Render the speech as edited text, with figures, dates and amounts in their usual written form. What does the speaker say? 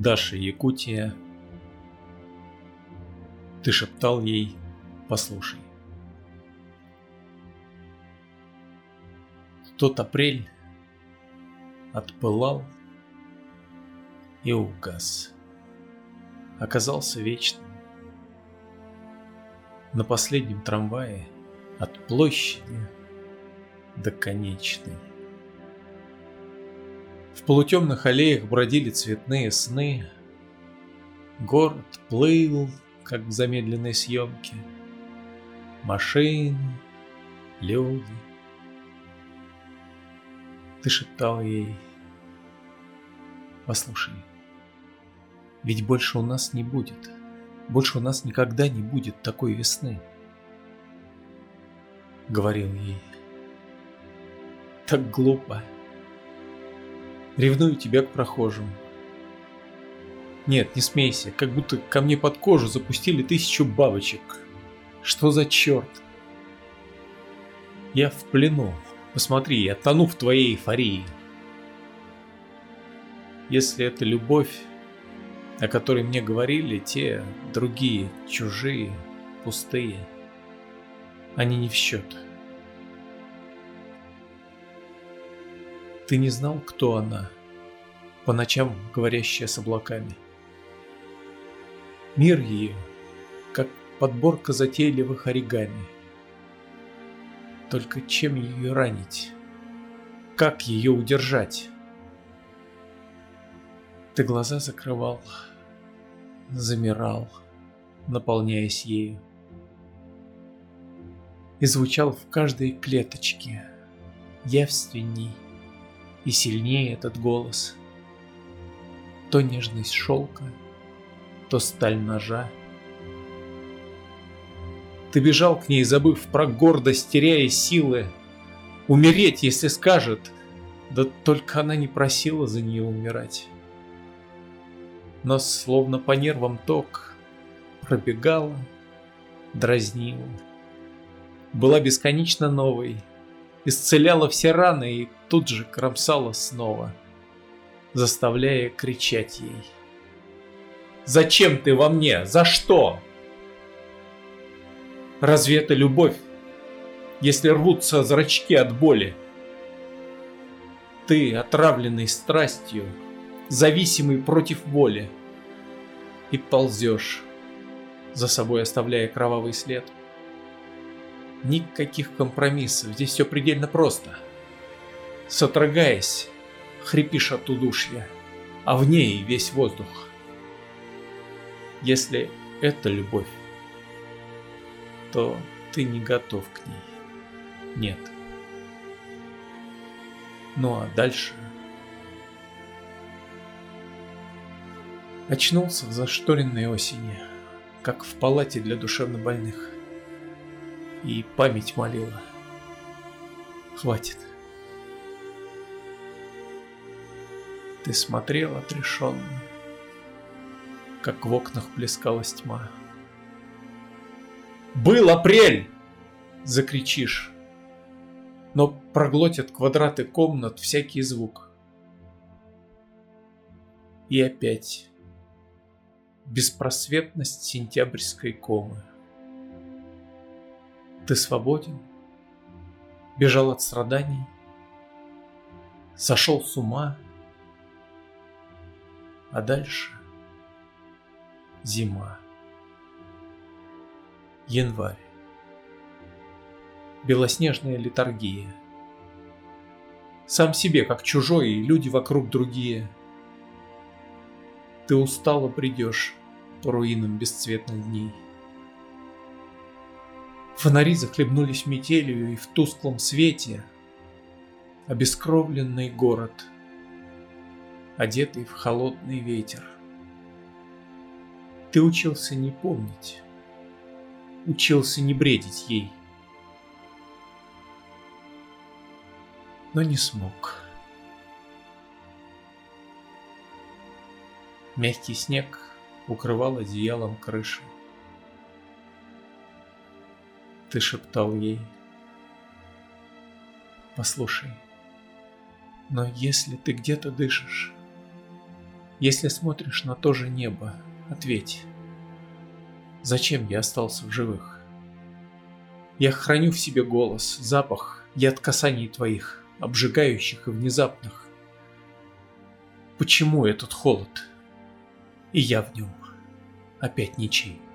Даша, Якутия. Ты шептал ей: послушай. Тот апрель отпылал и угас, оказался вечным. На последнем трамвае от площади до конечной. В полутемных аллеях бродили цветные сны. Город плыл, как в замедленной съемке. Машины, люди. Ты шептал ей: послушай, ведь больше у нас не будет, больше у нас никогда не будет такой весны. Говорил ей: так глупо. Ревную тебя к прохожим. Нет, не смейся, как будто ко мне под кожу запустили 1000 бабочек. Что за черт? Я в плену. Посмотри, я тону в твоей эйфории. Если это любовь, о которой мне говорили те другие, чужие, пустые, они не в счет. Ты не знал, кто она, по ночам говорящая с облаками. Мир ее, как подборка затейливых оригами. Только чем ее ранить? Как ее удержать? Ты глаза закрывал, замирал, наполняясь ею. И звучал в каждой клеточке, явственней и сильнее этот голос. То нежность шелка, то сталь ножа. Ты бежал к ней, забыв про гордость, теряя силы. Умереть, если скажет. Да только она не просила за нее умирать. Но словно по нервам ток пробегала, дразнила. Была бесконечно новой, исцеляла все раны и тут же кромсала снова, заставляя кричать ей: «Зачем ты во мне? За что?» Разве это любовь, если рвутся зрачки от боли? Ты, отравленный страстью, зависимый против воли, и ползешь, за собой оставляя кровавый след. Никаких компромиссов, здесь все предельно просто. Содрогаясь, хрипишь от удушья, а в ней весь воздух. Если это любовь, то ты не готов к ней. Нет. Ну а дальше... Очнулся в зашторенной осени, как в палате для душевнобольных. И память молила: хватит. Ты смотрел отрешенно, как в окнах плескалась тьма. «Был апрель!» — закричишь, но проглотят квадраты комнат всякий звук. И опять беспросветность сентябрьской комы. Ты свободен, бежал от страданий, сошел с ума, а дальше зима. Январь. Белоснежная литургия. Сам себе как чужой, и люди вокруг другие. Ты устало бредешь по руинам бесцветных дней. Фонари захлебнулись метелью, и в тусклом свете обескровленный город, одетый в холодный ветер. Ты учился не помнить, учился не бредить ей, но не смог. Мягкий снег укрывал одеялом крыши. Ты шептал ей: послушай, но если ты где-то дышишь, Если смотришь на то же небо, ответь, зачем я остался в живых? Я храню в себе голос, запах, яд касаний твоих, обжигающих и внезапных. Почему этот холод? И я в нем опять ничей.